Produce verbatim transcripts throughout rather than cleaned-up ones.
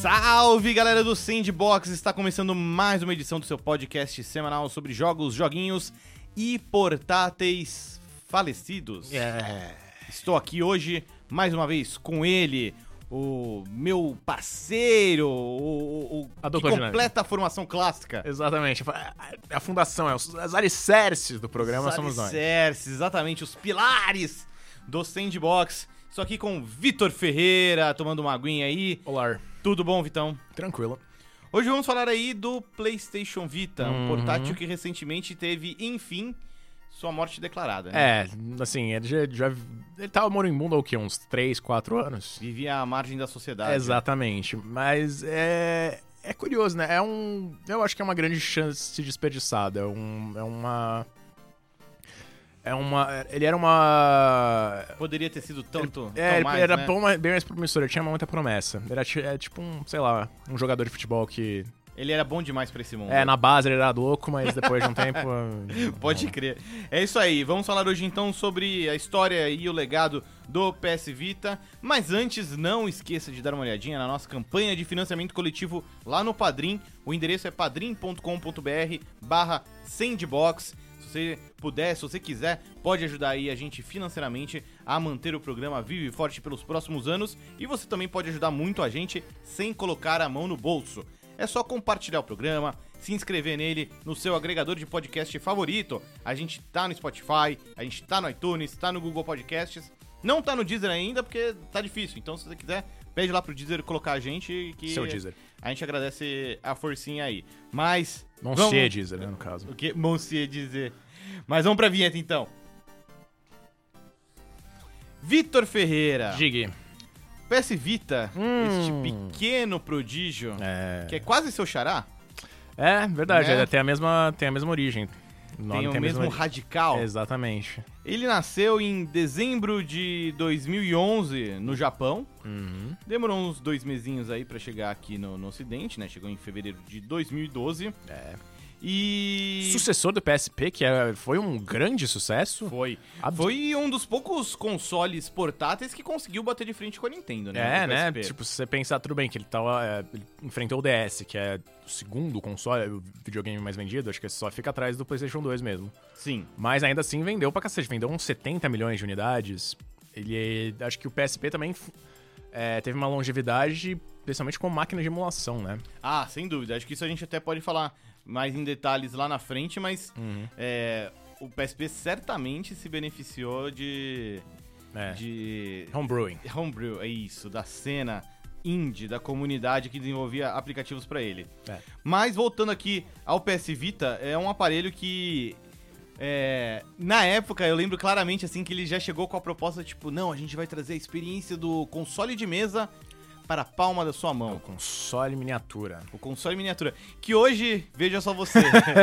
Salve, galera do Sandbox! Está começando mais uma edição do seu podcast semanal sobre jogos, joguinhos e portáteis falecidos. Yeah. Estou aqui hoje, mais uma vez, com ele, o meu parceiro, o, o, A que dupla completa dinâmica. a formação clássica. Exatamente. A fundação, é os, as alicerces do programa Os somos nós. alicerces, exatamente, os pilares do Sandbox. Estou aqui com o Vitor Ferreira, tomando uma aguinha aí. Olá. Tudo bom, Vitão? Tranquilo. Hoje vamos falar aí do PlayStation Vita, um Uhum. portátil que recentemente teve, enfim, sua morte declarada, né? É, assim, ele já, já ele tava moribundo há o quê? Uns três, quatro anos? Vivia à margem da sociedade. Exatamente. Mas é, é curioso, né? É um, eu acho que é uma grande chance desperdiçada. É, um, é uma... É uma... Ele era uma... Poderia ter sido tanto, É, tão ele mais, era né? bom, mas bem mais promissor, ele tinha muita promessa. Ele era ti- é tipo um, sei lá, um jogador de futebol que... Ele era bom demais pra esse mundo. É, na base ele era louco, mas depois de um tempo... Pode crer. É isso aí, vamos falar hoje então sobre a história e o legado do P S Vita. Mas antes, não esqueça de dar uma olhadinha na nossa campanha de financiamento coletivo lá no Padrim. O endereço é padrim.com.br barra Sandbox. Se você puder, se você quiser, pode ajudar aí a gente financeiramente a manter o programa vivo e forte pelos próximos anos. E você também pode ajudar muito a gente sem colocar a mão no bolso. É só compartilhar o programa, se inscrever nele no seu agregador de podcast favorito. A gente tá no Spotify, a gente tá no iTunes, tá no Google Podcasts. Não tá no Deezer ainda porque tá difícil. Então, se você quiser, pede lá pro Deezer colocar a gente que Seu Deezer. a gente agradece a forcinha aí. Mas... Monsieur vamos... Deezer, né, no caso. O que? Monsieur dizer. Mas vamos pra vinheta então. Vitor Ferreira. Gig. P S Vita, Hum. este pequeno prodígio, É, que é quase seu xará, é verdade, Né? ele tem a mesma, tem a mesma origem. O nome tem o a mesmo mesma... radical. Exatamente. Ele nasceu em dezembro de dois mil e onze no Japão. Uhum. Demorou uns dois mesinhos aí pra chegar aqui no, no ocidente, né? Chegou em fevereiro de dois mil e doze. É. E... Sucessor do P S P, que é, foi um grande sucesso. Foi. Ab- Foi um dos poucos consoles portáteis que conseguiu bater de frente com a Nintendo, né? É, O né? P S P. Tipo, se você pensar, tudo bem, que ele, tava, é, ele enfrentou o D S, que é o segundo console, o videogame mais vendido, acho que só fica atrás do PlayStation dois mesmo. Sim. Mas ainda assim vendeu pra cacete, vendeu uns setenta milhões de unidades. Ele, acho que o P S P também é, teve uma longevidade, especialmente com máquina de emulação, né? Ah, sem dúvida. Acho que isso a gente até pode falar mais em detalhes lá na frente, mas Uhum. é, o P S P certamente se beneficiou de... É. de Homebrewing. homebrew, é isso, da cena indie, da comunidade que desenvolvia aplicativos pra ele. É. Mas voltando aqui ao P S Vita, é um aparelho que... é, na época, eu lembro claramente assim que ele já chegou com a proposta tipo, não, a gente vai trazer a experiência do console de mesa para a palma da sua É o mão. console miniatura. O console miniatura. Que hoje, veja só você,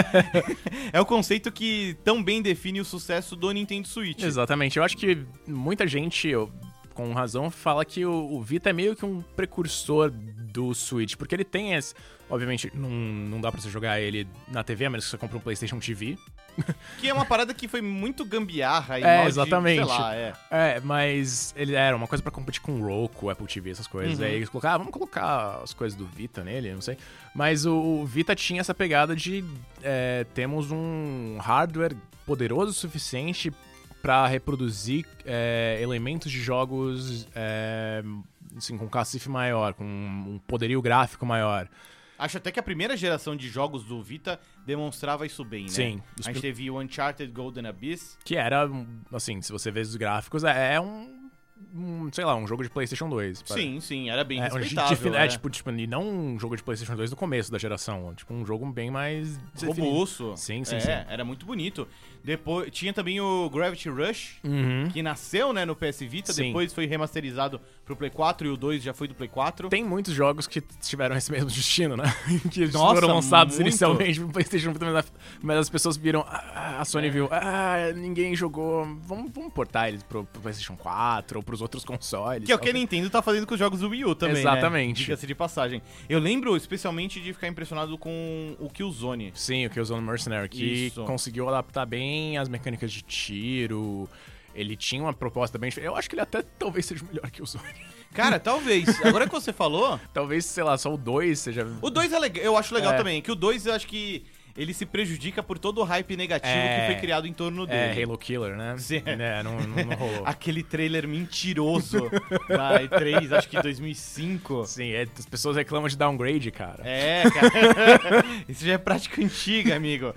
é o conceito que tão bem define o sucesso do Nintendo Switch. Exatamente. Eu acho que muita gente, eu- com razão, fala que o, o Vita é meio que um precursor do Switch, porque ele tem esse... Obviamente, não, não dá pra você jogar ele na T V, a menos que você compre um PlayStation T V. Que é uma parada que foi muito gambiarra e É, mal de- exatamente. sei lá, é. É, mas ele era uma coisa pra competir com o Roku, Apple T V, essas coisas. Uhum. Aí eles colocaram, ah, vamos colocar as coisas do Vita nele, não sei. Mas o, o Vita tinha essa pegada de é, temos um hardware poderoso o suficiente pra reproduzir é, elementos de jogos é, assim, com cacife maior, com um poderio gráfico maior. Acho até que a primeira geração de jogos do Vita demonstrava isso bem, né? Sim. A gente teve o Uncharted Golden Abyss. Que era, assim, se você vê os gráficos, é um, um sei lá, um jogo de PlayStation dois. Sim, sim, era bem É, um respeitável. de- de- é. é, tipo, tipo, e não um jogo de PlayStation dois no começo da geração. Tipo, um jogo bem mais definido. robusto. Sim, sim, é, sim. era muito bonito. Depois tinha também o Gravity Rush, Uhum. que nasceu, né, no P S Vita, Sim. depois foi remasterizado pro Play quatro e o dois já foi do Play quatro. Tem muitos jogos que tiveram esse mesmo destino, né? que eles Nossa, foram lançados muito. inicialmente pro PlayStation Vita, mas a- mas as pessoas viram, ah, a Sony viu, ah, ninguém jogou, vamos, vamos portar eles pro, pro PlayStation quatro ou pros outros consoles. Que é o que a Talvez. Nintendo tá fazendo com os jogos do Wii U também, Exatamente. né? Diga-se de passagem. Eu lembro especialmente de ficar impressionado com o Killzone. Sim, o Killzone Mercenary, que Isso. conseguiu adaptar bem as mecânicas de tiro. Ele tinha uma proposta bem diferente. Eu acho que ele até talvez seja melhor que o Killzone. Cara, talvez. Agora que você falou... Talvez, sei lá, só o dois seja... O dois é legal, eu acho legal É. também. Que o dois eu acho que ele se prejudica por todo o hype negativo É. que foi criado em torno É, dele. Halo Killer, né? Sim. É, não, não, não rolou. Aquele trailer mentiroso da E três, acho que dois mil e cinco. Sim, é, as pessoas reclamam de downgrade, cara. É, cara. Isso já é prática antiga, amigo.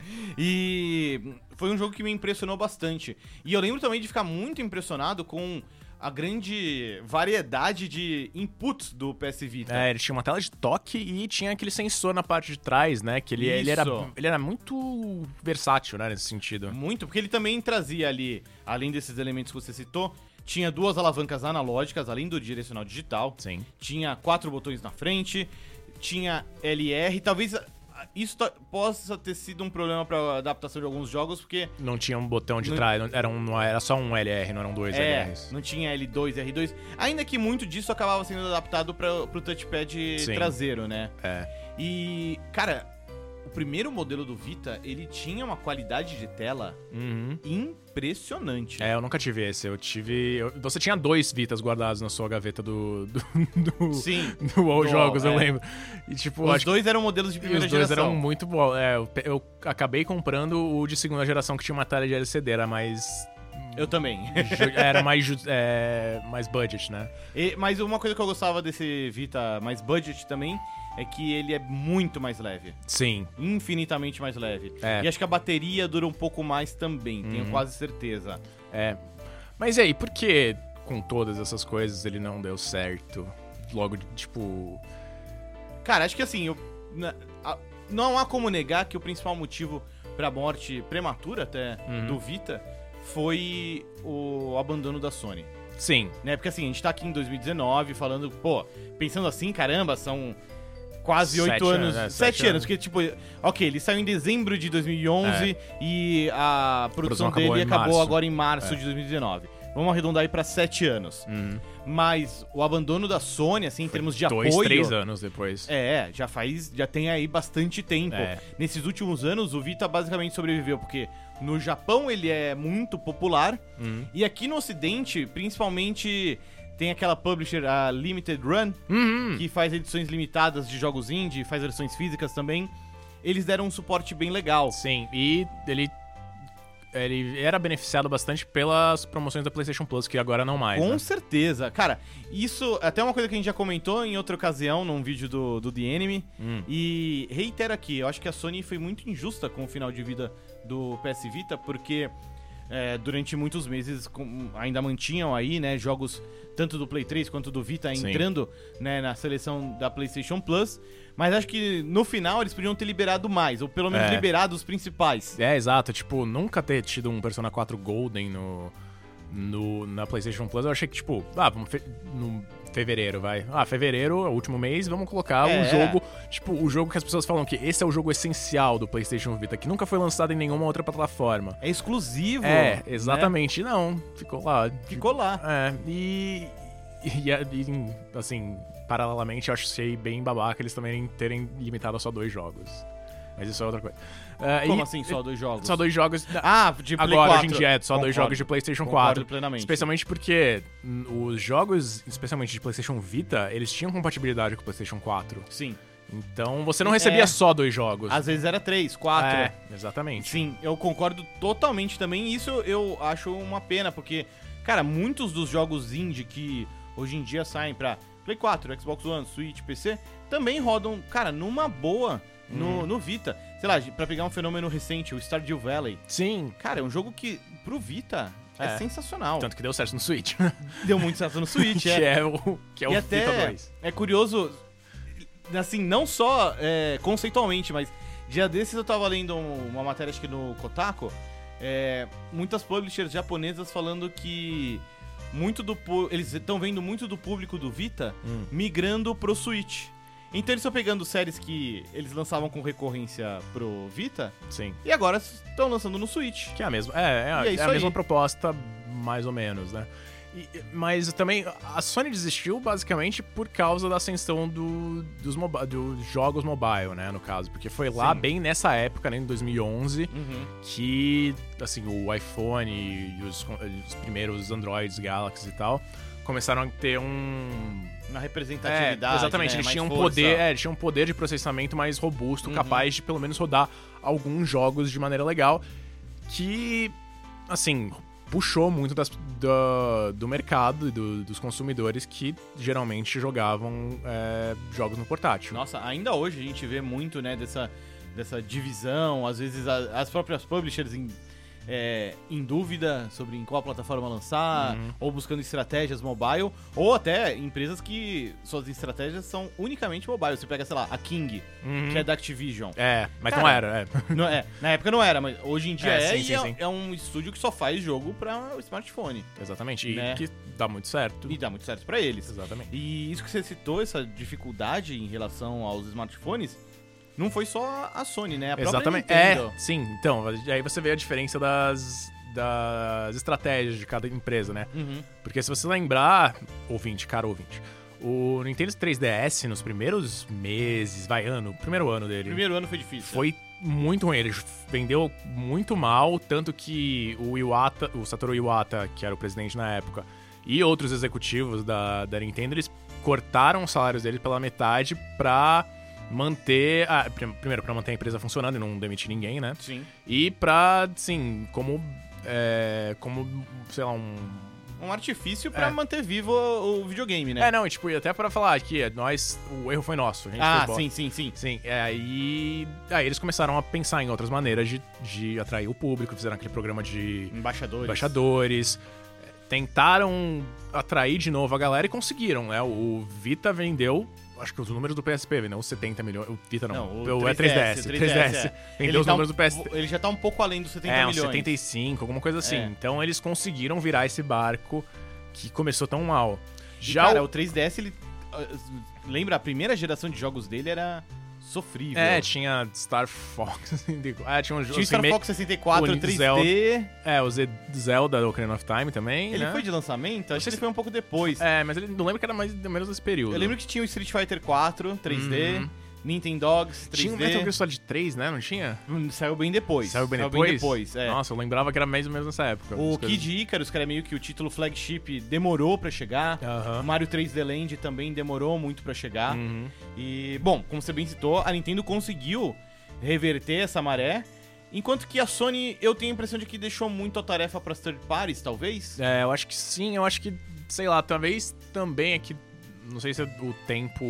E foi um jogo que me impressionou bastante. E eu lembro também de ficar muito impressionado com a grande variedade de inputs do P S Vita. É, ele tinha uma tela de toque e tinha aquele sensor na parte de trás, né? Que ele, ele, era, Isso. ele era muito versátil, né? Nesse sentido. Muito, porque ele também trazia ali, além desses elementos que você citou, tinha duas alavancas analógicas, além do direcional digital. Sim. Tinha quatro botões na frente, tinha L R. Talvez ah, isso ta- possa ter sido um problema para adaptação de alguns jogos, porque Não tinha um botão de Não- trás, não- era, um, não era só um L R, não eram dois é, L Rs. não tinha L dois, R dois. Ainda que muito disso acabava sendo adaptado para pro touchpad Sim. traseiro, né? É. E, cara, o primeiro modelo do Vita, ele tinha uma qualidade de tela Uhum. impressionante. É, eu nunca tive esse. Eu tive. eu- você tinha dois Vitas guardados na sua gaveta do. do, do Sim. do All Do Jogos, All, eu é. lembro. E tipo, Os acho dois eram modelos de que primeira os dois geração. eram muito bons. É, eu, pe- eu acabei comprando o de segunda geração que tinha uma tela de L C D, era mais. Eu também. ju- Era mais, ju- é, mais budget, né? E- mas uma coisa que eu gostava desse Vita mais budget também é que ele é muito mais leve. Sim. Infinitamente mais leve. É. E acho que a bateria dura um pouco mais também, tenho Uhum. quase certeza. É. Mas e aí, por que com todas essas coisas ele não deu certo? Logo, tipo. Cara, acho que assim, eu- na- a- não há como negar que o principal motivo pra morte prematura até Uhum. do Vita foi o abandono da Sony. Sim. Né? Porque assim, a gente tá aqui em dois mil e dezenove falando, pô, pensando assim, caramba, são quase Sete oito anos. anos, é, Sete sete anos, anos. porque, tipo, ok, ele saiu em dezembro de dois mil e onze e a produção produção acabou dele em acabou março. agora em março É. de dois mil e dezenove. Vamos arredondar aí pra sete anos. Uhum. Mas o abandono da Sony, assim, em termos de Dois, apoio. três anos depois. É, já faz. Já tem aí bastante tempo. É. Nesses últimos anos, o Vita basicamente sobreviveu, porque no Japão ele é muito popular. Uhum. E aqui no Ocidente, principalmente, tem aquela publisher, a Limited Run, Uhum. que faz edições limitadas de jogos indie, faz versões físicas também. Eles deram um suporte bem legal. Sim, e ele. Ele era beneficiado bastante pelas promoções da PlayStation Plus, que agora não mais. Com né? certeza. Cara, isso até uma coisa que a gente já comentou em outra ocasião, num vídeo do, do The Enemy. Hum. E reitero aqui, eu acho que a Sony foi muito injusta com o final de vida do P S Vita, porque é, durante muitos meses com- ainda mantinham aí, né, jogos tanto do Play três quanto do Vita Sim. entrando, né, na seleção da PlayStation Plus. Mas acho que no final eles podiam ter liberado mais, ou pelo menos É. liberado os principais. É, exato. Tipo, nunca ter tido um Persona quatro Golden no, no, na PlayStation Plus, eu achei que, tipo, ah, vamos fe no fevereiro, vai. Ah, fevereiro, é o último mês, vamos colocar É. o jogo, tipo, o jogo que as pessoas falam que esse é o jogo essencial do PlayStation Vita, que nunca foi lançado em nenhuma outra plataforma. É exclusivo. É, né? exatamente. Não, ficou lá. Ficou lá. É, e, e, e, assim, paralelamente, eu achei bem babaca eles também terem limitado a só dois jogos. Mas isso é outra coisa. É, Como e- assim, só dois jogos? Só dois jogos. Ah, de Play Agora, quatro. hoje em dia, é só dois Concordo. jogos de PlayStation Concordo quatro. plenamente. Especialmente porque hum, os jogos, especialmente de PlayStation Vita, eles tinham compatibilidade com o PlayStation quatro. Sim. Então você não recebia É. só dois jogos. Às vezes era três, quatro. É, exatamente. Sim, eu concordo totalmente também. Isso eu acho uma pena, porque, cara, muitos dos jogos indie que hoje em dia saem pra Play quatro, Xbox One, Switch, P C, também rodam, cara, numa boa no, Hum. no Vita. Sei lá, pra pegar um fenômeno recente, o Stardew Valley. Sim. Cara, é um jogo que, pro Vita, é, É. sensacional. Tanto que deu certo no Switch. Deu muito certo no Switch, que é. é o, que é o E Vita até dois. é curioso, assim, não só é, conceitualmente, mas dia desses eu tava lendo um- uma matéria, acho que no Kotaku, é, muitas publishers japonesas falando que muito do pu- eles estão vendo muito do público do Vita Hum. migrando pro Switch. Então eles estão pegando séries que eles lançavam com recorrência pro Vita Sim. e agora estão lançando no Switch. Que é a mesma, é, é, a- E é é isso a mesma aí. proposta, mais ou menos, né? E- mas também, a Sony desistiu basicamente por causa da ascensão do, dos, mobi- dos jogos mobile, né, no caso. Porque foi lá Sim. bem nessa época, né, em dois mil e onze, Uhum. que, assim, o iPhone e os, os primeiros Androids, Galaxy e tal, começaram a ter um... Uma representatividade, é, exatamente, né? eles Mais tinham um força. poder, é, eles tinham um poder de processamento mais robusto, Uhum. capaz de pelo menos rodar alguns jogos de maneira legal, que, assim, puxou muito das, do, do mercado e do, dos consumidores que geralmente jogavam é, jogos no portátil. Nossa, ainda hoje a gente vê muito, né, dessa, dessa divisão, às vezes a- as próprias publishers em, é, em dúvida sobre em qual plataforma lançar, Uhum. ou buscando estratégias mobile, ou até empresas que suas estratégias são unicamente mobile. Você pega, sei lá, a King, Uhum. que é da Activision. É, mas Cara, não era, é. Não, é, na época não era, mas hoje em dia É, é, sim, e sim, é, sim. é um estúdio que só faz jogo pra smartphone. Exatamente, e Né? que dá muito certo. E dá muito certo pra eles. Exatamente. E isso que você citou, essa dificuldade em relação aos smartphones, não foi só a Sony, né? A própria Exatamente. Nintendo. É, sim. Então, aí você vê a diferença das, das estratégias de cada empresa, né? Uhum. Porque se você lembrar, ouvinte, cara ouvinte, o Nintendo três D S nos primeiros meses, vai ano, primeiro ano dele, Primeiro ano foi difícil. foi muito ruim. Ele vendeu muito mal, tanto que o Iwata, o Satoru Iwata, que era o presidente na época, e outros executivos da, da Nintendo, eles cortaram os salários dele pela metade pra manter... A, prim- primeiro, pra manter a empresa funcionando e não demitir ninguém, né? Sim. E pra, assim, como... É, como, sei lá, um... Um artifício pra É. manter vivo o, o videogame, né? É, não, e, tipo, e até pra falar que é, nós... O erro foi nosso. A gente ah, fez bosta. sim, sim, sim. Sim, é, aí, aí eles começaram a pensar em outras maneiras de, de atrair o público, fizeram aquele programa de Embaixadores. embaixadores, tentaram atrair de novo a galera e conseguiram, né? O Vita vendeu, acho que os números do P S P, vendeu uns setenta milhões, o Vita não, Não, o é três D S, três três D S, é. vendeu Ele os tá números um- do P S P. Ele já tá um pouco além dos setenta É, uns milhões. setenta e cinco, alguma coisa assim. É. Então eles conseguiram virar esse barco que começou tão mal. E, Já cara, o... o três D S, ele... ah, lembra, a primeira geração de jogos dele era sofrível. É, tinha Star Fox, ah, tinha um jogo... Tinha o Star Fox sessenta e quatro o três D. Zelda. É, o Z- Zelda Ocarina of Time também, Ele né? foi de lançamento? Acho que sei ele se- foi um pouco depois. É, mas ele não lembro que era mais ou menos desse período. Eu lembro que tinha o Street Fighter quatro três D, Uhum. Nintendogs três D. Tinha o Metal Gear Solid três, né? Não tinha? Hum, Saiu bem depois. Saiu bem depois? depois, é. Nossa, eu lembrava que era mais ou menos nessa época. O As coisas- Kid Icarus, que era meio que o título flagship, demorou pra chegar. Aham. O Mario três D Land também demorou muito pra chegar. Uhum. E, bom, como você bem citou, a Nintendo conseguiu reverter essa maré. Enquanto que a Sony, eu tenho a impressão de que deixou muito a tarefa pras third parties, talvez. É, eu acho que sim, eu acho que, sei lá, talvez também é que, não sei se é o tempo,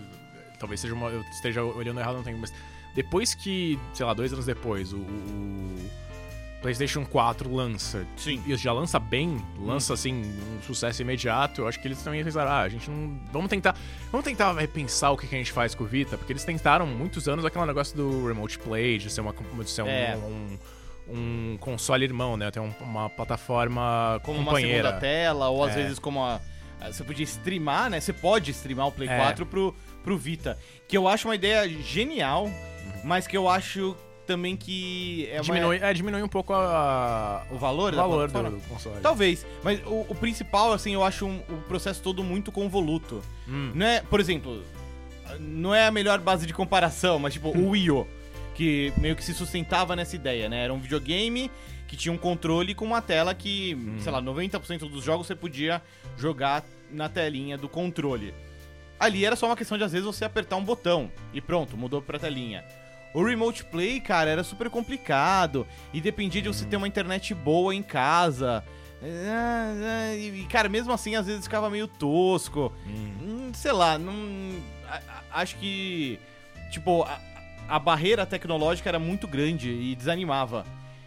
talvez seja uma, eu esteja olhando errado no tempo, mas depois que, sei lá, dois anos depois, o, o PlayStation quatro lança, Sim. e já lança bem, lança, assim, um sucesso imediato, eu acho que eles também pensaram, ah, a gente não... Vamos tentar, vamos tentar repensar o que que a gente faz com o Vita, porque eles tentaram muitos anos aquele negócio do Remote Play, de ser, uma, de ser um, É. um, um console irmão, né? Ter um- uma plataforma Como uma companheira. segunda tela, ou às É. vezes como a... a- Você podia streamar, né? Você pode streamar o Play É. quatro pro, pro Vita. Que eu acho uma ideia genial, mas que eu acho também que é uma- Diminui, é, diminui um pouco a, o valor, o da valor plataforma. do console. Talvez, mas o, o principal, assim, eu acho um- o processo todo muito convoluto. Hum. Não é, por exemplo, não é a melhor base de comparação, mas tipo, o Wii U, que meio que se sustentava nessa ideia, né? Era um videogame que tinha um controle com uma tela que, sei lá, noventa por cento dos jogos você podia jogar na telinha do controle. Ali era só uma questão de, às vezes, você apertar um botão e pronto, mudou pra telinha. O Remote Play, cara, era super complicado e dependia de você ter uma internet boa em casa. É, é, E, cara, mesmo assim, às vezes ficava meio tosco. Hum, Sei lá, não. a- a- Acho que. Tipo, a, a barreira tecnológica era muito grande e desanimava.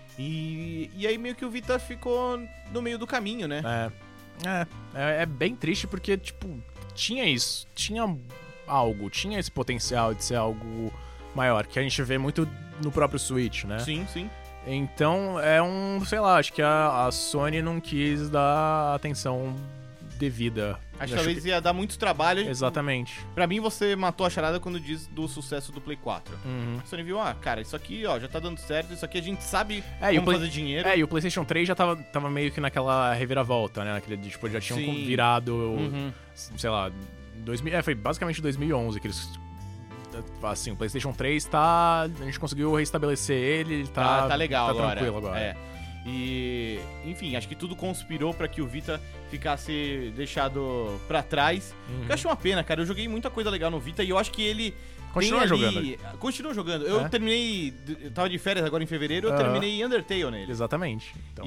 E, e aí meio que o Vita ficou no meio do caminho, né? É, é, é, é bem triste porque, tipo, tinha isso, tinha algo, tinha esse potencial de ser algo maior, que a gente vê muito no próprio Switch, né? Sim, sim. Então, é um, sei lá, acho que a, a Sony não quis dar atenção devida. Acho que talvez ia dar muito trabalho. Exatamente. Pra mim, você matou a charada quando diz do sucesso do Play quatro. Uhum. A Sony viu, ah, cara, isso aqui, ó, já tá dando certo, isso aqui a gente sabe É, e o como Play- fazer dinheiro. É, e o PlayStation três já tava, tava meio que naquela reviravolta, né? Naquele, tipo, já tinham Sim. virado, Uhum. sei lá, dois mil, é, foi basicamente dois mil e onze que eles... Assim, o PlayStation três tá... A gente conseguiu restabelecer ele, ele tá... Tá, tá legal tá agora. tranquilo agora. É. E, enfim, acho que tudo conspirou pra que o Vita ficasse deixado pra trás. Uhum. Eu acho uma pena, cara. Eu joguei muita coisa legal no Vita e eu acho que ele... Continua tem ali... jogando. Continua jogando. Eu É? terminei... Eu tava de férias agora em fevereiro, eu Uhum. terminei Undertale nele. Exatamente. Então.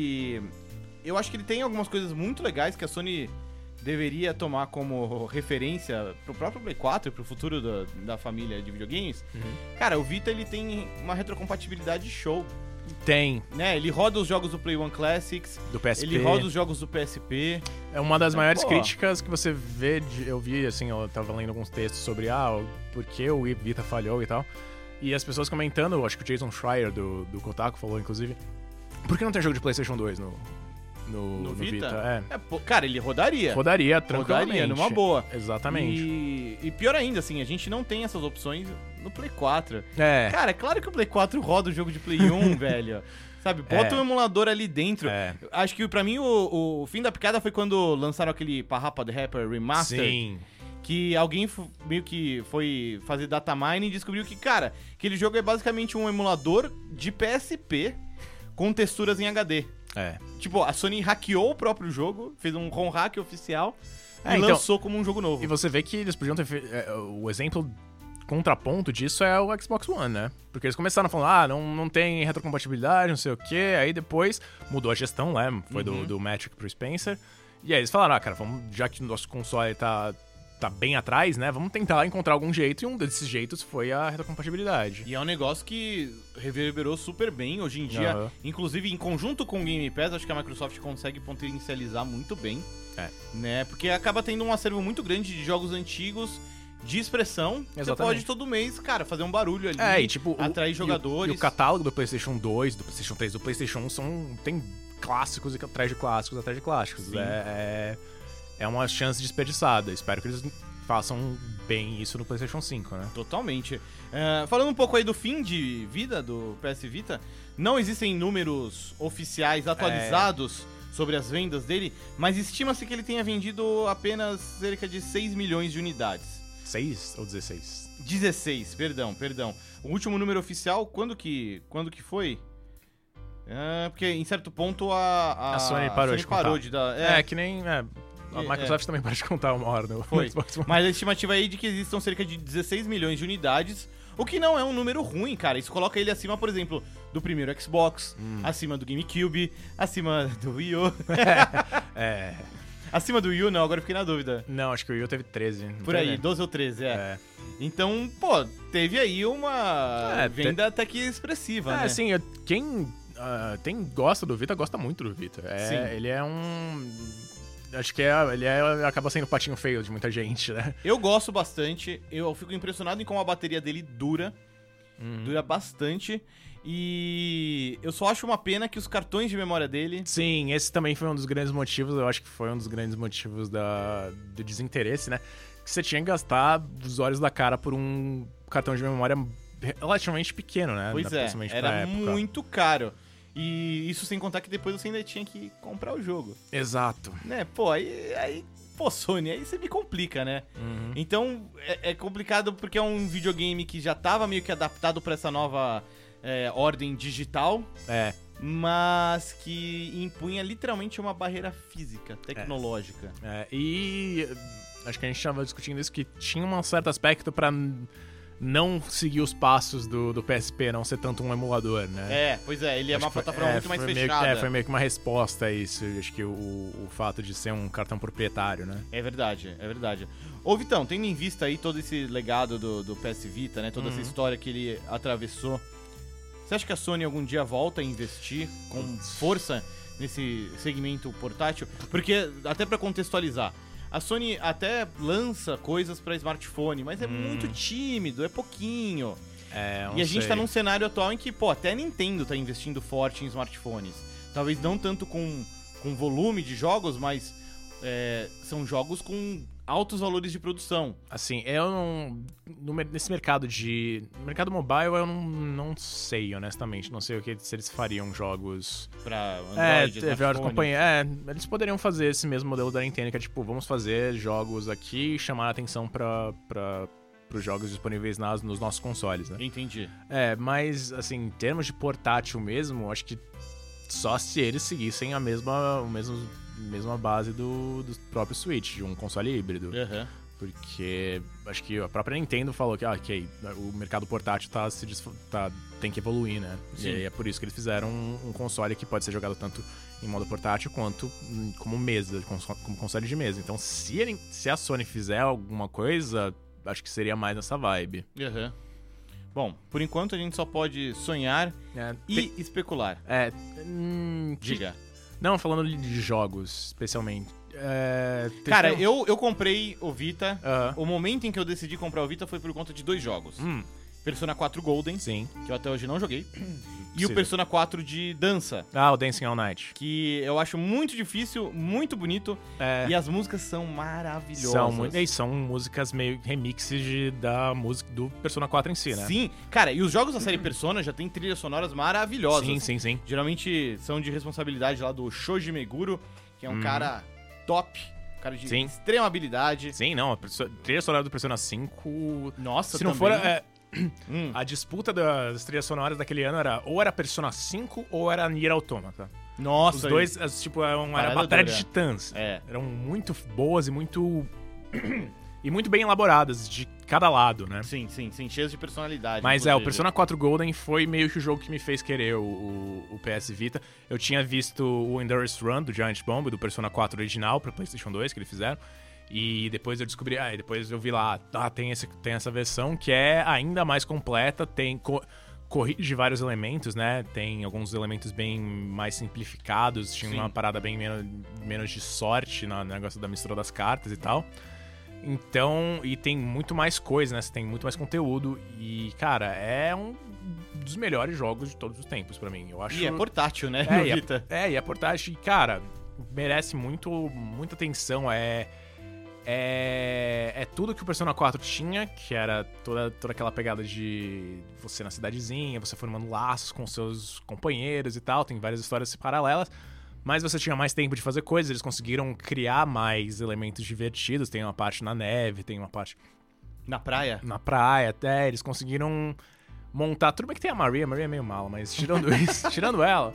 E eu acho que ele tem algumas coisas muito legais que a Sony deveria tomar como referência pro próprio Play quatro e pro futuro da, da família de videogames. Uhum. Cara, o Vita ele tem uma retrocompatibilidade show, Tem, né? Ele roda os jogos do Play One Classics, do P S P. ele roda os jogos do P S P. É uma das É, maiores pô. críticas que você vê, de- eu vi, assim, eu tava lendo alguns textos sobre, ah, o- por que o Vita falhou e tal. E as pessoas comentando, acho que o Jason Schreier do, do Kotaku falou, inclusive, por que não tem jogo de PlayStation dois no, no, No no Vita? É. É, pô, cara, ele rodaria. Rodaria tranquilamente. Rodaria, numa boa. Exatamente. E, e pior ainda, assim, a gente não tem essas opções no Play quatro. É. Cara, é claro que o Play quatro roda o jogo de Play um, velho. Sabe, bota É. um emulador ali dentro. É. Acho que pra mim o, o fim da picada foi quando lançaram aquele Parrapa the Rapper Remastered. Sim. Que alguém f- meio que foi fazer data mining e descobriu que, cara, aquele jogo é basicamente um emulador de P S P com texturas em H D. É. Tipo, a Sony hackeou o próprio jogo, fez um ROM hack oficial É, e então- lançou como um jogo novo. E você vê que eles podiam ter feito. O exemplo contraponto disso é o Xbox One, né? Porque eles começaram falando, ah, não, não tem retrocompatibilidade, não sei o quê. Aí depois mudou a gestão, né? Foi Uhum. do, do Matrix pro Spencer. E aí eles falaram, ah, cara, vamos, já que o nosso console tá, tá bem atrás, né? Vamos tentar encontrar algum jeito. E um desses jeitos foi a retrocompatibilidade. E é um negócio que reverberou super bem hoje em dia. Aham. Inclusive, em conjunto com o Game Pass, acho que a Microsoft consegue potencializar muito bem. É. Né? Porque acaba tendo um acervo muito grande de jogos antigos de expressão. Você Exatamente. pode todo mês, cara, fazer um barulho ali. É, e tipo... o- atrair e o- jogadores. E o, catálogo do PlayStation dois, do PlayStation três, do PlayStation um são... Tem clássicos e atrás de clássicos, atrás de clássicos. Sim. É, é, é uma chance desperdiçada. Espero que eles façam bem isso no PlayStation cinco, né? Totalmente. É, falando um pouco aí do fim de vida do P S Vita, não existem números oficiais atualizados sobre as vendas dele, mas estima-se que ele tenha vendido apenas cerca de seis milhões de unidades. seis ou dezesseis? dezesseis, perdão, perdão. O último número oficial, quando que, quando que foi? É, porque em certo ponto a, a, A Sony parou de contar. de dar... É, É, que nem... é, a É, Microsoft também parou de contar uma hora no, Foi. no Xbox One. mas a estimativa aí é de que existam cerca de dezesseis milhões de unidades, o que não é um número ruim, cara. Isso coloca ele acima, por exemplo, do primeiro Xbox, Hum. acima do GameCube, acima do Wii U. É... Acima do Wii U, não, agora eu fiquei na dúvida. Não, acho que o Wii U teve treze. não Por teve? aí, doze ou treze, é. É. Então, pô, teve aí uma É, venda até que expressiva, É, né? assim, eu- quem, ah, quem gosta do Vita gosta muito do Vita. É, Sim. Ele é um... Acho que é, ele é, acaba sendo o patinho feio de muita gente, né? Eu gosto bastante, eu fico impressionado em como a bateria dele dura, Uhum. dura bastante, e eu só acho uma pena que os cartões de memória dele... Sim, esse também foi um dos grandes motivos, eu acho que foi um dos grandes motivos da, do desinteresse, né? Que você tinha que gastar os olhos da cara por um cartão de memória relativamente pequeno, né? Pois é, Principalmente pra era época. muito caro. E isso sem contar que depois você ainda tinha que comprar o jogo. Exato. Né, pô, aí, aí pô, Sony, aí você me complica, né? Uhum. Então, é, é complicado porque é um videogame que já tava meio que adaptado pra essa nova é, ordem digital, É, mas que impunha literalmente uma barreira física, tecnológica. é, e acho que a gente estava discutindo isso, que tinha um certo aspecto pra n- não seguir os passos do, do P S P, não ser tanto um emulador, né? É, pois é, ele é Acho uma que foi- plataforma é, muito mais foi meio que- fechada. é, foi meio que uma resposta a isso, acho que o, o fato de ser um cartão proprietário, né? É verdade, é verdade. Ô Vitão, tendo em vista aí todo esse legado do, do P S Vita, né? Toda essa Uhum. história que ele atravessou, você acha que a Sony algum dia volta a investir com força nesse segmento portátil? Porque, até pra contextualizar, a Sony até lança coisas pra smartphone, mas é Hum. muito tímido, é pouquinho. É, não E a gente sei. tá num cenário atual em que, pô, até a Nintendo tá investindo forte em smartphones. Talvez não tanto com, com volume de jogos, mas é, são jogos com altos valores de produção. Assim, eu não... no mer- nesse mercado de... No mercado mobile eu não, não sei, honestamente. Não sei o que se eles fariam jogos... Pra É, Android, teve hora de smartphone. companhia. É, eles poderiam fazer esse mesmo modelo da Nintendo, que é tipo, vamos fazer jogos aqui e chamar a atenção pra... pra pros jogos disponíveis nas, nos nossos consoles, né? Entendi. É, mas, assim, em termos de portátil mesmo, acho que só se eles seguissem a mesma, a mesma, mesma base do, do próprio Switch, de um console híbrido. Uhum. Porque acho que a própria Nintendo falou que ah, ok, o mercado portátil tá, se desf- tá, tem que evoluir, né? Sim. E aí é por isso que eles fizeram um, um console que pode ser jogado tanto em modo portátil quanto hum, como mesa, como console de mesa. Então, se, ele, se a Sony fizer alguma coisa, acho que seria mais nessa vibe. Uhum. Bom, por enquanto a gente só pode sonhar É, e tem- especular. é, hum, Diga. Não, falando de jogos, especialmente. É, tem- Cara, tem- eu, eu comprei o Vita. Aham. O momento em que eu decidi comprar o Vita foi por conta de dois jogos. Hum, Persona quatro Golden, sim. que eu até hoje não joguei. E o Precisa. Persona quatro de dança, Ah, o Dancing All Night. que eu acho muito difícil, muito bonito. É, E as músicas são maravilhosas. são, muito, e são músicas meio remixes de, da música do Persona quatro em si, né? Sim, cara, e os jogos da série Persona já tem trilhas sonoras maravilhosas. Sim, sim, sim. Geralmente são de responsabilidade lá do Shoji Meguro, que é um Uhum. cara top, um cara de Sim. extrema habilidade. Sim, não, a perso- trilha sonora do Persona cinco... Nossa, Se não também. for... é, Hum. a disputa das trilhas sonoras daquele ano era ou era Persona cinco ou era Nier Automata. Nossa, Os dois, as, tipo, eram, era Parada batalha de dura. titãs. É. Eram muito boas e muito... e muito bem elaboradas de cada lado, né? Sim, sim, sim, cheios de personalidade. Mas é, o inclusive. Persona quatro Golden foi meio que o jogo que me fez querer o, o, o P S Vita. Eu tinha visto o Endurance Run do Giant Bomb, do Persona quatro original pra PlayStation dois, que eles fizeram. E depois eu descobri, ah, e depois eu vi lá, ah, tem, esse, tem essa versão que é ainda mais completa, tem co corrige vários elementos, né? Tem alguns elementos bem mais simplificados, tinha Sim. uma parada bem menos, menos de sorte no negócio da mistura das cartas e tal. Então, e tem muito mais coisa, né? Você tem muito mais conteúdo e, cara, é um dos melhores jogos de todos os tempos pra mim. Eu acho. E é portátil, né, É, no e Vita. é, é, e é portátil, e, cara, merece muito, muita atenção. É, é, é tudo que o Persona quatro tinha, que era toda, toda aquela pegada de você na cidadezinha, você formando laços com seus companheiros e tal. Tem várias histórias paralelas. Mas você tinha mais tempo de fazer coisas, eles conseguiram criar mais elementos divertidos. Tem uma parte na neve, tem uma parte Na praia. na praia até. Eles conseguiram montar. Tudo bem que tem a Maria, a Maria é meio mala, mas tirando isso, tirando ela,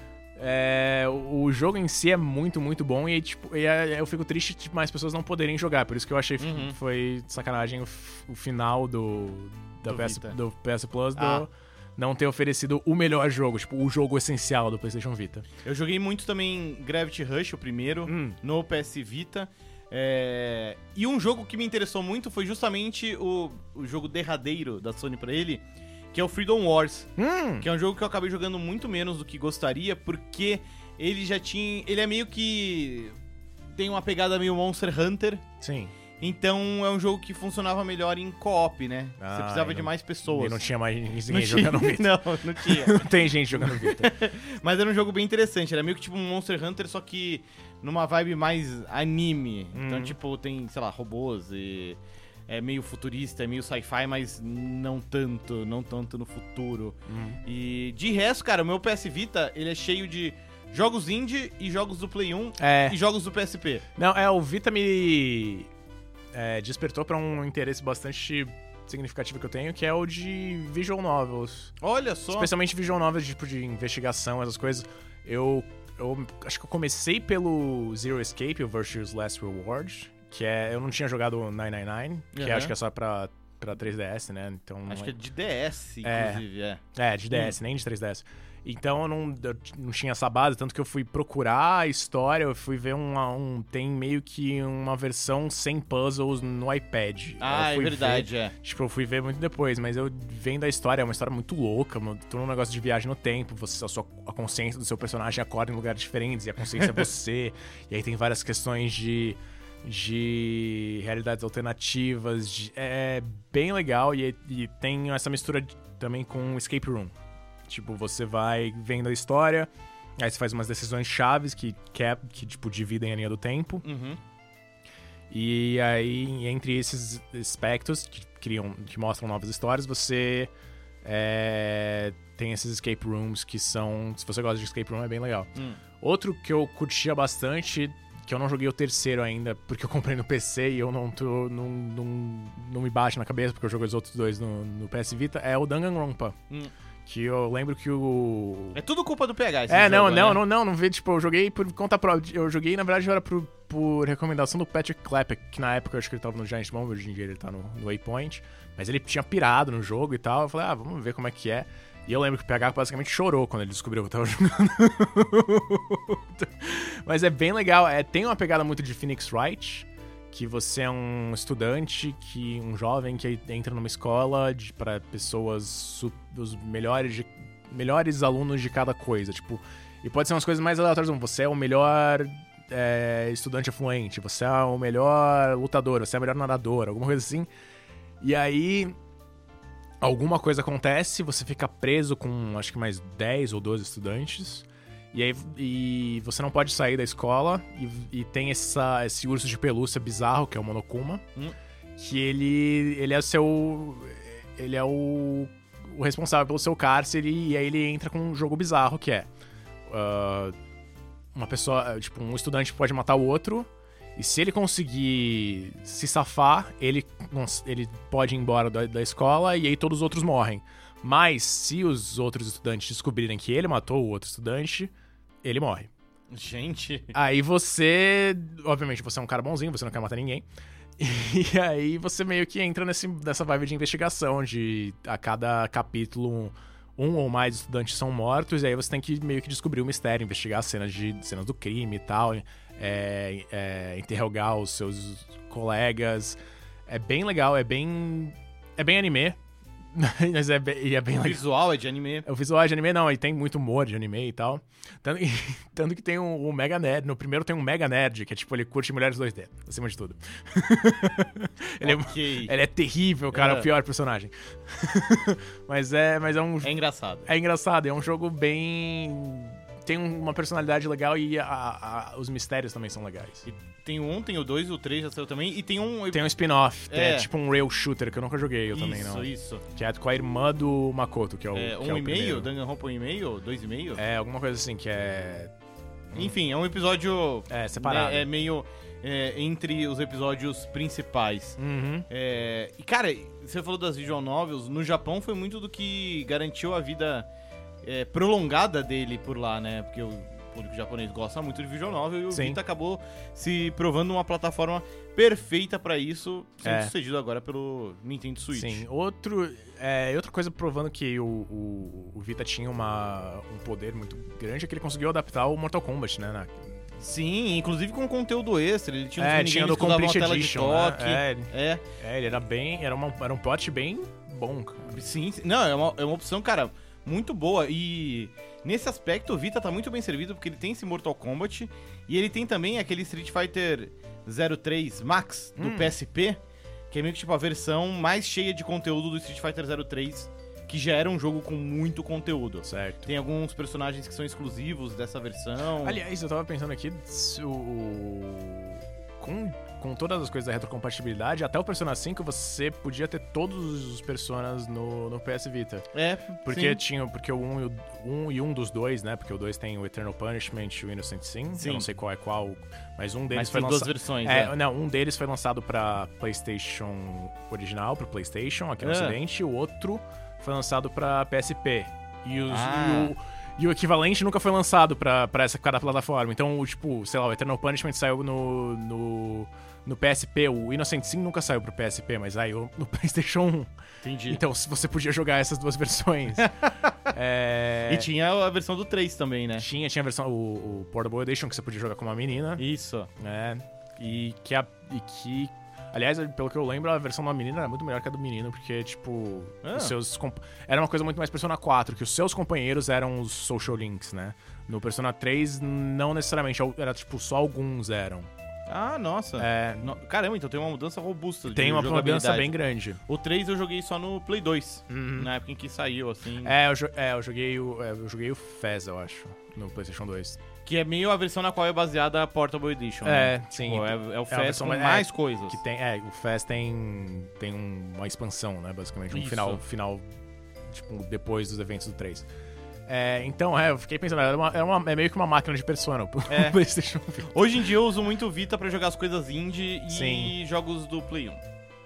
é, o, o jogo em si é muito, muito bom. E aí, tipo, e aí eu fico triste de mais pessoas não poderem jogar. Por isso que eu achei que Uhum. foi sacanagem o, f- o final do, da Do P S, Vita. do P S Plus do, Ah. não ter oferecido o melhor jogo, tipo, o jogo essencial do PlayStation Vita. Eu joguei muito também Gravity Rush, o primeiro, Hum. no P S Vita. É, E um jogo que me interessou muito foi justamente o, o jogo derradeiro da Sony pra ele, que é o Freedom Wars. Hum! Que é um jogo que eu acabei jogando muito menos do que gostaria, porque ele já tinha... Ele é meio que... tem uma pegada meio Monster Hunter, Sim. então é um jogo que funcionava melhor em co-op, né? Ah, Você precisava e de não- mais pessoas. E não tinha mais ninguém Não tinha- jogando Vita. Não, não tinha. Não tem gente jogando Vita. Mas era um jogo bem interessante, era meio que tipo um Monster Hunter, só que numa vibe mais anime. Então, Uhum. tipo, tem, sei lá, robôs e é meio futurista, é meio sci-fi, mas não tanto, não tanto no futuro. Uhum. E de resto, cara, o meu P S Vita, ele é cheio de jogos indie e jogos do Play um É. e jogos do P S P. Não, é, o Vita me é, despertou pra um interesse bastante significativo que eu tenho, que é o de visual novels. Olha só. Especialmente visual novels tipo de investigação, essas coisas. Eu, eu acho que eu comecei pelo Zero Escape, o Virtue's Last Reward, que é... Eu não tinha jogado o nove nove nove, que Uhum. acho que é só pra, pra três D S, né? Então, não Acho é- que é de D S, É. inclusive, é. É, de D S, nem de três D S. Então eu não, eu não tinha essa base, tanto que eu fui procurar a história, eu fui ver uma, um. Tem meio que uma versão sem puzzles no iPad. Ah, Eu é fui verdade, ver- é. Tipo, eu fui ver muito depois, mas eu vendo a história, é uma história muito louca, mano, todo um negócio de viagem no tempo, você, a, sua, a consciência do seu personagem acorda em lugares diferentes, e a consciência é você, e aí tem várias questões de. de realidades alternativas, de- é bem legal, e, e tem essa mistura de- também com escape room. Tipo, você vai vendo a história, aí você faz umas decisões chaves que, cap, que tipo, dividem a linha do tempo. Uhum. E aí, entre esses aspectos que criam, que mostram novas histórias, você é, tem esses escape rooms que são... Se você gosta de escape room, é bem legal. Hum. Outro que eu curtia bastante, que eu não joguei o terceiro ainda, porque eu comprei no P C e eu não, tô, não, não, não me bate na cabeça, porque eu joguei os outros dois no, no P S Vita, é o Danganronpa. Hum. Que eu lembro que o... É tudo culpa do P H esse É, jogo, não, né? não, não, não, não vê, tipo, eu joguei por conta própria. Eu joguei, na verdade, era por, por recomendação do Patrick Klepek, que na época eu acho que ele tava no Giant Bomb, hoje em dia ele tá no, no Waypoint. Mas ele tinha pirado no jogo e tal. Eu falei, ah, vamos ver como é que é. E eu lembro que o P H basicamente chorou quando ele descobriu que eu tava jogando. Mas é bem legal. É, tem uma pegada muito de Phoenix Wright, que você é um estudante, que um jovem que entra numa escola de, para pessoas, su, os melhores, de, melhores alunos de cada coisa. Tipo, e pode ser umas coisas mais aleatórias. Você é o melhor é, estudante afluente, você é o melhor lutador, você é o melhor nadador, alguma coisa assim. E aí... alguma coisa acontece, você fica preso com acho que mais dez ou doze estudantes, e aí e você não pode sair da escola, e, e tem essa, esse urso de pelúcia bizarro, que é o Monokuma, hum. que ele, ele é o seu... ele é o, o responsável pelo seu cárcere, e aí ele entra com um jogo bizarro, que é... Uh, uma pessoa, tipo, um estudante pode matar o outro, e se ele conseguir se safar, ele, ele pode ir embora da, da escola e aí todos os outros morrem. Mas se os outros estudantes descobrirem que ele matou o outro estudante, ele morre. Gente... Aí você... obviamente, você é um cara bonzinho, você não quer matar ninguém. E aí você meio que entra nesse, nessa vibe de investigação, de a cada capítulo... um ou mais estudantes são mortos, e aí você tem que meio que descobrir o mistério, investigar cenas, de, cenas do crime e tal, é, é, interrogar os seus colegas. É bem legal, é bem... é bem anime, mas é bem, é bem o legal. O visual é de anime. O visual é de anime, não, e tem muito humor de anime e tal. Tanto, tanto que tem um, um Mega Nerd, no primeiro tem um Mega Nerd, que é tipo, ele curte mulheres dois D, acima de tudo. ele, okay. é, ele é terrível, cara, é o pior personagem. mas, é, mas é um... é engraçado. É engraçado, é um jogo bem... tem uma personalidade legal e a, a, os mistérios também são legais. E tem o um, tem o dois, o três já saiu também, e tem um... Tem um spin-off, é. é tipo um rail shooter, que eu nunca joguei, eu isso, também não. Isso, isso. Que é com a irmã do Makoto, que é o é, que Um é e meio? Danganronpa um e meio? Dois e meio? É, alguma coisa assim, que é... Enfim, é um episódio... É, separado. É, é meio... É, entre os episódios principais. Uhum. É, e, cara, você falou das visual novels, no Japão foi muito do que garantiu a vida é, prolongada dele por lá, né? Porque o público japonês gosta muito de visual novel e o Sim. Vita acabou se provando uma plataforma perfeita pra isso, sendo É. sucedido agora pelo Nintendo Switch. Sim, outro, é, outra coisa provando que o, o, o Vita tinha uma, um poder muito grande é que ele conseguiu adaptar o Mortal Kombat, né? Na, Sim, inclusive com conteúdo extra. Ele tinha uns É, minigames tinha do que usavam a Complete tela Edition, de toque. né? É, É. é, ele era bem... Era, uma, era um plot bem bom, cara. Sim, sim. Não, é uma, é uma opção, cara, muito boa. E nesse aspecto o Vita tá muito bem servido porque ele tem esse Mortal Kombat e ele tem também aquele Street Fighter zero três Max do Hum. P S P, que é meio que tipo a versão mais cheia de conteúdo do Street Fighter zero três, que já era um jogo com muito conteúdo. Certo. Tem alguns personagens que são exclusivos dessa versão. Aliás, eu tava pensando aqui, se o, o- com, com todas as coisas da retrocompatibilidade, até o Persona cinco você podia ter todos os Personas no, no P S Vita. É, Porque sim. tinha, porque o um, e o um e um dos dois, né? Porque o dois tem o Eternal Punishment e o Innocent Sin. Sim. Eu não sei qual é qual, mas um deles Mas foi tem duas lançado. versões, É, é. não, um deles foi lançado pra PlayStation original, pro PlayStation aqui no Ah. Ocidente, e o outro foi lançado pra P S P. E, os, Ah. e, o, e o equivalente nunca foi lançado pra, pra essa cada plataforma. Então, o, tipo, sei lá, o Eternal Punishment saiu no, no, no P S P, o Innocent Sin nunca saiu pro P S P, mas aí no PlayStation um. Entendi. Então, se você podia jogar essas duas versões. é... E tinha a versão do três também, né? Tinha, tinha a versão, o, o Portable Edition, que você podia jogar com uma menina. Isso. né? E que, a, e que, aliás, pelo que eu lembro, a versão da menina era muito melhor que a do menino, porque, tipo, Ah. os seus... comp- Era uma coisa muito mais Persona quatro, que os seus companheiros eram os social links, né? No Persona três, não necessariamente, era, tipo, só alguns eram. Ah, nossa. É, No- Caramba, então tem uma mudança robusta de tem uma jogabilidade. mudança bem grande. O três eu joguei só no Play dois, Uhum. na época em que saiu, assim. É, eu, jo- é, eu joguei o, é, eu joguei o Fez, eu acho, no PlayStation dois. Que é meio a versão na qual é baseada a Portable Edition. né? É, sim. Tipo, é, é o a Fast versão com mais- mais é, coisas. Que tem, é, o Fez tem, tem um- uma expansão, né, basicamente, um Isso. final, final, tipo, depois dos eventos do três. É, então, é, eu fiquei pensando, é, uma, é, uma- é meio que uma máquina de Persona, o É. PlayStation Vita. Hoje em dia eu uso muito o Vita pra jogar as coisas indie e Sim. jogos do Play um.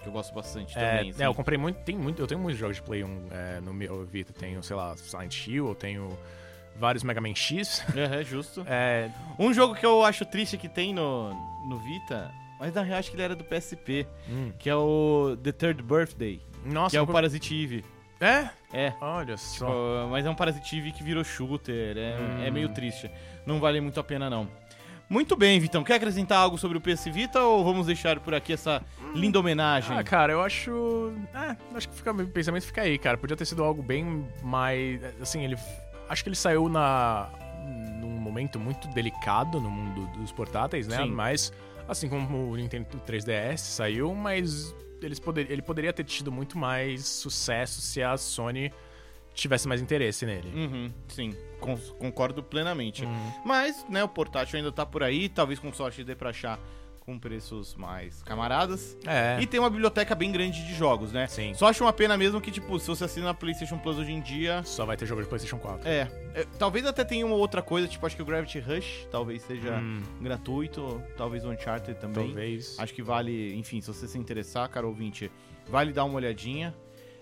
que eu gosto bastante É, também. assim. é, eu comprei muito, tem muito, eu tenho muitos jogos de Play um é, no meu Vita. Tenho, sei lá, Silent Hill, eu tenho vários Mega Man X. É, justo. É, Um jogo que eu acho triste que tem no, no Vita, mas na real acho que ele era do P S P, hum. que é o The Third Birthday, Nossa, que é o eu- Parasite Eve. É? É. Olha só. Tipo, mas é um Parasite Eve que virou shooter, é, Hum. é meio triste. Não vale muito a pena, não. Muito bem, Vitão. Quer acrescentar algo sobre o P S Vita ou vamos deixar por aqui essa linda homenagem? Ah, cara, eu acho. É, acho que fica, o pensamento fica aí, cara. Podia ter sido algo bem mais. Assim, ele. Acho que ele saiu na. num momento muito delicado no mundo dos portáteis, né? Sim. Mas, assim como o Nintendo três D S saiu, mas eles poder, ele poderia ter tido muito mais sucesso se a Sony tivesse mais interesse nele. Uhum, sim, con- concordo plenamente. Uhum. Mas, né, o portátil ainda tá por aí, talvez com sorte dê pra achar com preços mais camaradas. É. E tem uma biblioteca bem grande de jogos, né? Sim. Só acho uma pena mesmo que, tipo, se você assina a PlayStation Plus hoje em dia... Só vai ter jogo de PlayStation quatro. É, é, talvez até tenha uma outra coisa, tipo, acho que o Gravity Rush talvez seja Hum. gratuito, talvez o Uncharted também. Talvez. Acho que vale, enfim, se você se interessar, cara ouvinte, vale dar uma olhadinha.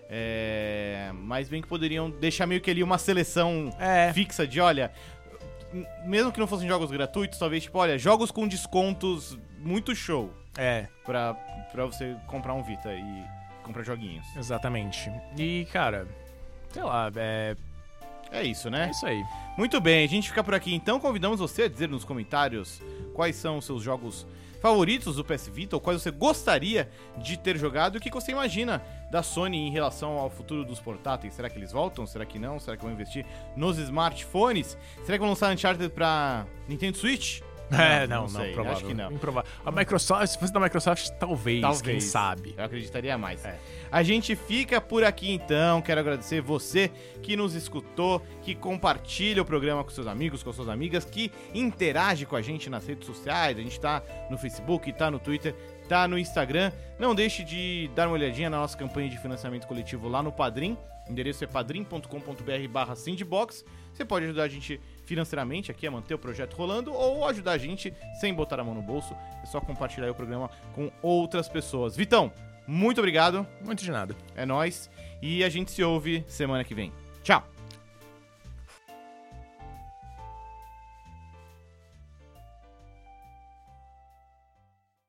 É, mas bem que poderiam deixar meio que ali uma seleção É. fixa de, olha, m- mesmo que não fossem jogos gratuitos, talvez, tipo, olha, jogos com descontos muito show É, pra, pra você comprar um Vita e comprar joguinhos. exatamente. E, cara, sei lá, é, É isso, é né? isso aí. Muito bem, a gente fica por aqui então. Convidamos você a dizer nos comentários quais são os seus jogos favoritos do P S Vita, ou quais você gostaria de ter jogado e o que você imagina da Sony em relação ao futuro dos portáteis. Será que eles voltam? Será que não? Será que vão investir nos smartphones? Será que vão lançar Uncharted pra Nintendo Switch? É, não, não, sei, provável. acho que não. Improvável. A Microsoft, se fosse da Microsoft, talvez, Talvez. quem sabe. Eu acreditaria mais. É. A gente fica por aqui então. Quero agradecer você que nos escutou, que compartilha o programa com seus amigos, com suas amigas, que interage com a gente nas redes sociais. A gente tá no Facebook, tá no Twitter, tá no Instagram. Não deixe de dar uma olhadinha na nossa campanha de financiamento coletivo lá no Padrim. O endereço é padrim ponto com ponto br barra Sandbox. Você pode ajudar a gente financeiramente aqui a manter o projeto rolando ou ajudar a gente sem botar a mão no bolso. É só compartilhar o programa com outras pessoas. Vitão, muito obrigado. Muito de nada. É nóis. E a gente se ouve semana que vem. Tchau!